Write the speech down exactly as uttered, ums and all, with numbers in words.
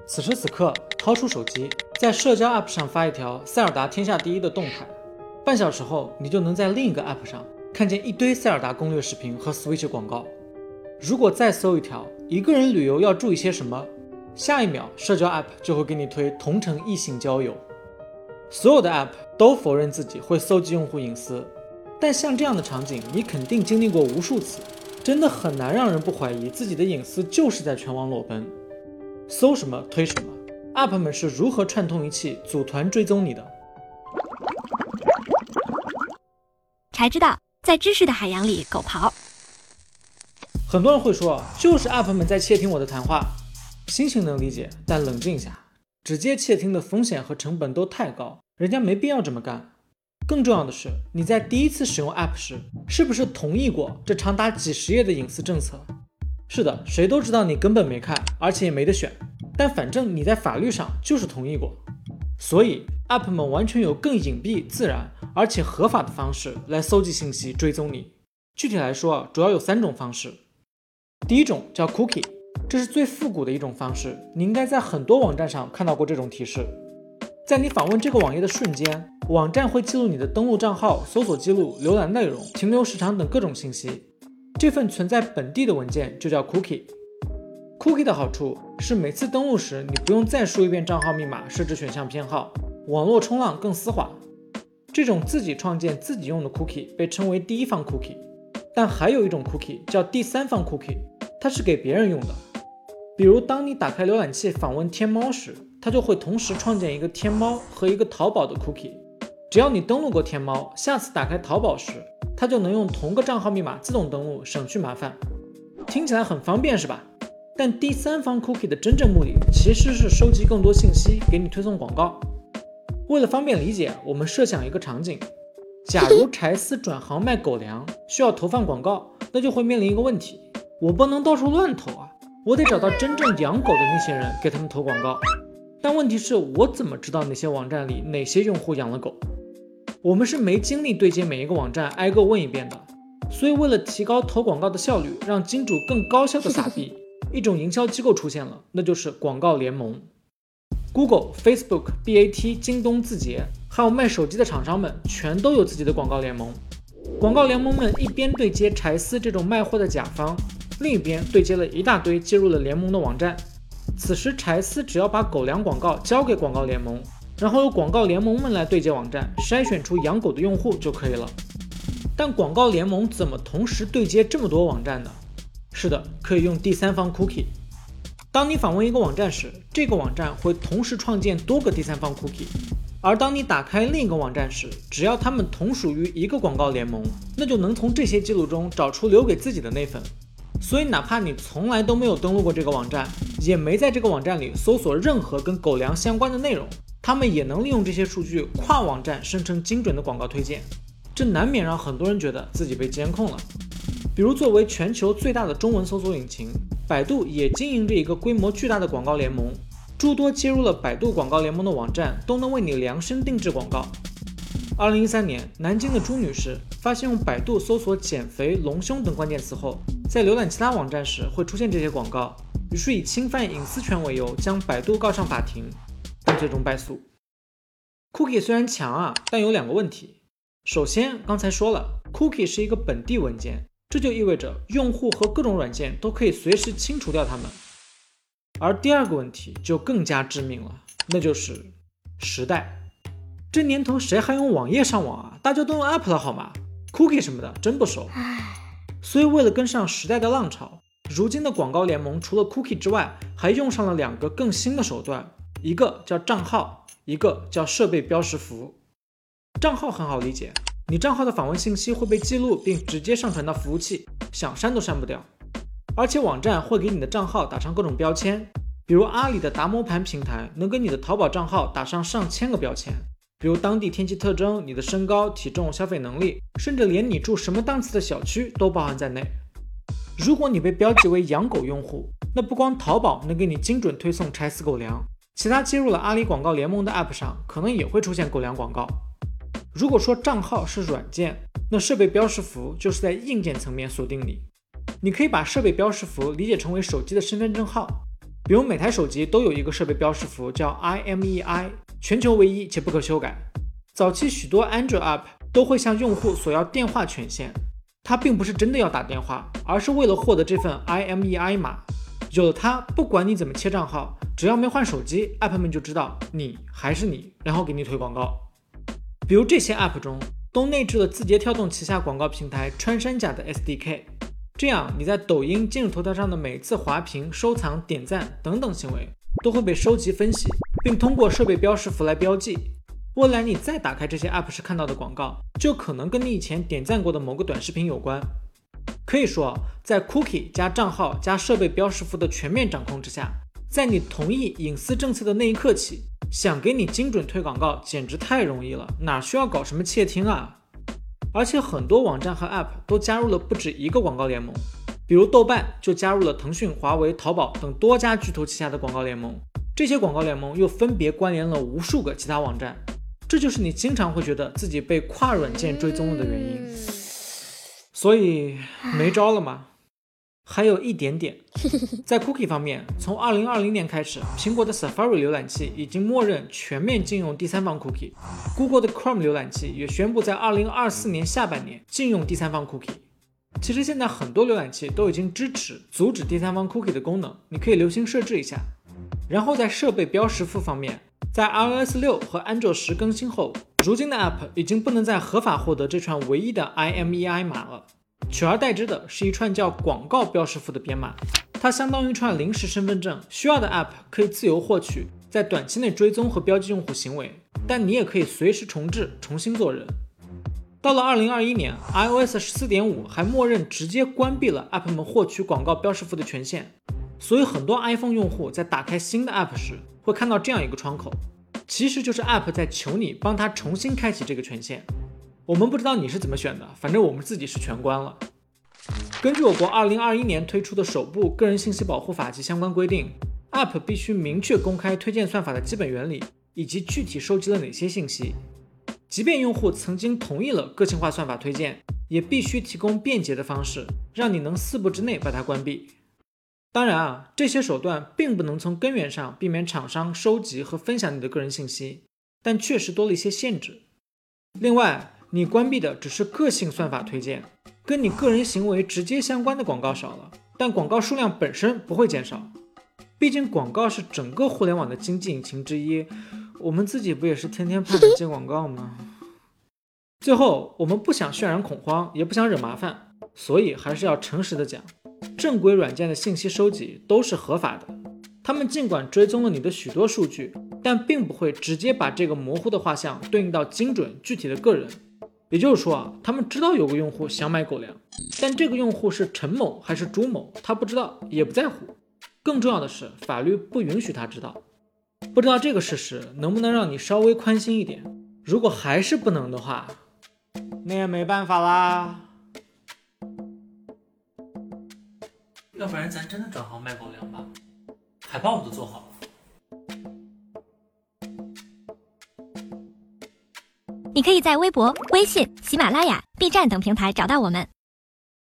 此时此刻，掏出手机，在社交 App 上发一条塞尔达天下第一的动态，半小时后，你就能在另一个 App 上看见一堆塞尔达攻略视频和 Switch 广告。如果再搜一条一个人旅游要注意些什么，下一秒社交 App 就会给你推同城异性交友。所有的 App 都否认自己会搜集用户隐私，但像这样的场景你肯定经历过无数次，真的很难让人不怀疑自己的隐私就是在全网裸奔。搜什么推什么， App 们是如何串通一气组团追踪你的？ 才知道在知识的海洋里狗刨。 很多人会说，就是 App 们在窃听我的谈话。心情能理解，但冷静下，直接窃听的风险和成本都太高，人家没必要这么干。更重要的是，你在第一次使用 App 时，是不是同意过这长达几十页的隐私政策？是的，谁都知道你根本没看，而且也没得选，但反正你在法律上就是同意过。所以 App 们完全有更隐蔽、自然而且合法的方式来搜集信息、追踪你。具体来说，主要有三种方式。第一种叫 Cookie， 这是最复古的一种方式，你应该在很多网站上看到过这种提示。在你访问这个网页的瞬间，网站会记录你的登录账号、搜索记录、浏览内容、停留时长等各种信息。这份存在本地的文件就叫 Cookie。Cookie 的好处是每次登录时，你不用再输一遍账号密码、设置选项偏好，网络冲浪更丝滑。这种自己创建自己用的 Cookie 被称为第一方 Cookie， 但还有一种 Cookie 叫第三方 Cookie， 它是给别人用的。比如当你打开浏览器访问天猫时，它就会同时创建一个天猫和一个淘宝的 Cookie。只要你登录过天猫，下次打开淘宝时，它就能用同个账号密码自动登录，省去麻烦。听起来很方便是吧？但第三方 Cookie 的真正目的其实是收集更多信息，给你推送广告。为了方便理解，我们设想一个场景，假如柴丝转行卖狗粮，需要投放广告，那就会面临一个问题，我不能到处乱投啊，我得找到真正养狗的那些人给他们投广告。但问题是，我怎么知道那些网站里哪些用户养了狗？我们是没精力对接每一个网站挨个问一遍的，所以为了提高投广告的效率，让金主更高效的撒币，一种营销机构出现了，那就是广告联盟。Google、Facebook、B A T、京东、字节，还有卖手机的厂商们，全都有自己的广告联盟。广告联盟们一边对接柴丝这种卖货的甲方，另一边对接了一大堆接入了联盟的网站。此时柴丝只要把狗粮广告交给广告联盟，然后由广告联盟们来对接网站，筛选出养狗的用户就可以了。但广告联盟怎么同时对接这么多网站呢？是的，可以用第三方 Cookie。当你访问一个网站时，这个网站会同时创建多个第三方 Cookie， 而当你打开另一个网站时，只要它们同属于一个广告联盟，那就能从这些记录中找出留给自己的那份。所以哪怕你从来都没有登录过这个网站，也没在这个网站里搜索任何跟狗粮相关的内容，他们也能利用这些数据跨网站生成精准的广告推荐。这难免让很多人觉得自己被监控了。比如作为全球最大的中文搜索引擎，百度也经营着一个规模巨大的广告联盟，诸多接入了百度广告联盟的网站都能为你量身定制广告。二零一三年，南京的朱女士发现用百度搜索减肥、隆胸等关键词后，在浏览其他网站时会出现这些广告，于是以侵犯隐私权为由将百度告上法庭，但最终败诉。 Cookie 虽然强啊，但有两个问题。首先，刚才说了， Cookie 是一个本地文件，这就意味着用户和各种软件都可以随时清除掉它们。而第二个问题就更加致命了，那就是时代。这年头谁还用网页上网啊？大家都用 App 了好吗？ Cookie 什么的真不熟。所以为了跟上时代的浪潮，如今的广告联盟除了 Cookie 之外，还用上了两个更新的手段，一个叫账号，一个叫设备标识符。账号很好理解，你账号的访问信息会被记录并直接上传到服务器，想删都删不掉。而且网站会给你的账号打上各种标签，比如阿里的达摩盘平台能给你的淘宝账号打上上千个标签，比如当地天气特征、你的身高、体重、消费能力，甚至连你住什么档次的小区都包含在内。如果你被标记为养狗用户，那不光淘宝能给你精准推送柴丝狗粮，其他接入了阿里广告联盟的 App 上可能也会出现狗粮广告。如果说账号是软件，那设备标识符就是在硬件层面锁定你。你可以把设备标识符理解成为手机的身份证号， 比如每台手机都有一个设备标识符叫 I M E I， 全球唯一且不可修改。早期许多 Android App 都会向用户索要电话权限，它并不是真的要打电话，而是为了获得这份 I M E I 码。有了它，不管你怎么切账号，只要没换手机， App 们就知道你还是你，然后给你推广告。比如这些 App 中都内置了字节跳动旗下广告平台穿山甲的 S D K， 这样你在抖音、今日头条上的每次滑屏、收藏、点赞等等行为都会被收集分析，并通过设备标识符来标记。未来你再打开这些 App 时看到的广告，就可能跟你以前点赞过的某个短视频有关。可以说，在 Cookie 加账号加设备标识符的全面掌控之下，在你同意隐私政策的那一刻起，想给你精准推广告简直太容易了，哪需要搞什么窃听啊？而且很多网站和 App 都加入了不止一个广告联盟，比如豆瓣就加入了腾讯、华为、淘宝等多家巨头旗下的广告联盟，这些广告联盟又分别关联了无数个其他网站，这就是你经常会觉得自己被跨软件追踪了的原因。所以没招了吗？还有一点点。在 Cookie 方面，从二零二零年开始，苹果的 Safari 浏览器已经默认全面禁用第三方 Cookie， Google 的 Chrome 浏览器也宣布在二零二四年下半年禁用第三方 Cookie。其实现在很多浏览器都已经支持阻止第三方 Cookie 的功能，你可以留心设置一下。然后在设备标识符方面，在 iOS 六和 Android 十更新后，如今的 App 已经不能再合法获得这串唯一的 I M E I 码了，取而代之的是一串叫广告标识符的编码，它相当于一串临时身份证，需要的 App 可以自由获取，在短期内追踪和标记用户行为，但你也可以随时重置，重新做人。到了二零二一年 iOS 十四点五 还默认直接关闭了 App 们获取广告标识符的权限，所以很多 iPhone 用户在打开新的 App 时会看到这样一个窗口，其实就是 App 在求你帮他重新开启这个权限。我们不知道你是怎么选的，反正我们自己是全关了。根据我国二零二一年推出的首部个人信息保护法及相关规定， App 必须明确公开推荐算法的基本原理以及具体收集了哪些信息，即便用户曾经同意了个性化算法推荐，也必须提供便捷的方式，让你能四步之内把它关闭。当然啊，这些手段并不能从根源上避免厂商收集和分享你的个人信息，但确实多了一些限制。另外，你关闭的只是个性算法推荐，跟你个人行为直接相关的广告少了，但广告数量本身不会减少。毕竟广告是整个互联网的经济引擎之一，我们自己不也是天天盼着接广告吗？最后，我们不想渲染恐慌，也不想惹麻烦，所以还是要诚实的讲，正规软件的信息收集都是合法的，他们尽管追踪了你的许多数据，但并不会直接把这个模糊的画像对应到精准具体的个人。也就是说啊，他们知道有个用户想买狗粮，但这个用户是陈某还是朱某，他不知道，也不在乎。更重要的是，法律不允许他知道。不知道这个事实能不能让你稍微宽心一点？如果还是不能的话，那也没办法啦。要不然咱真的转行卖狗粮吧，海报我都做好了。 你可以在微博、微信、喜马拉雅、B 站等平台找到我们。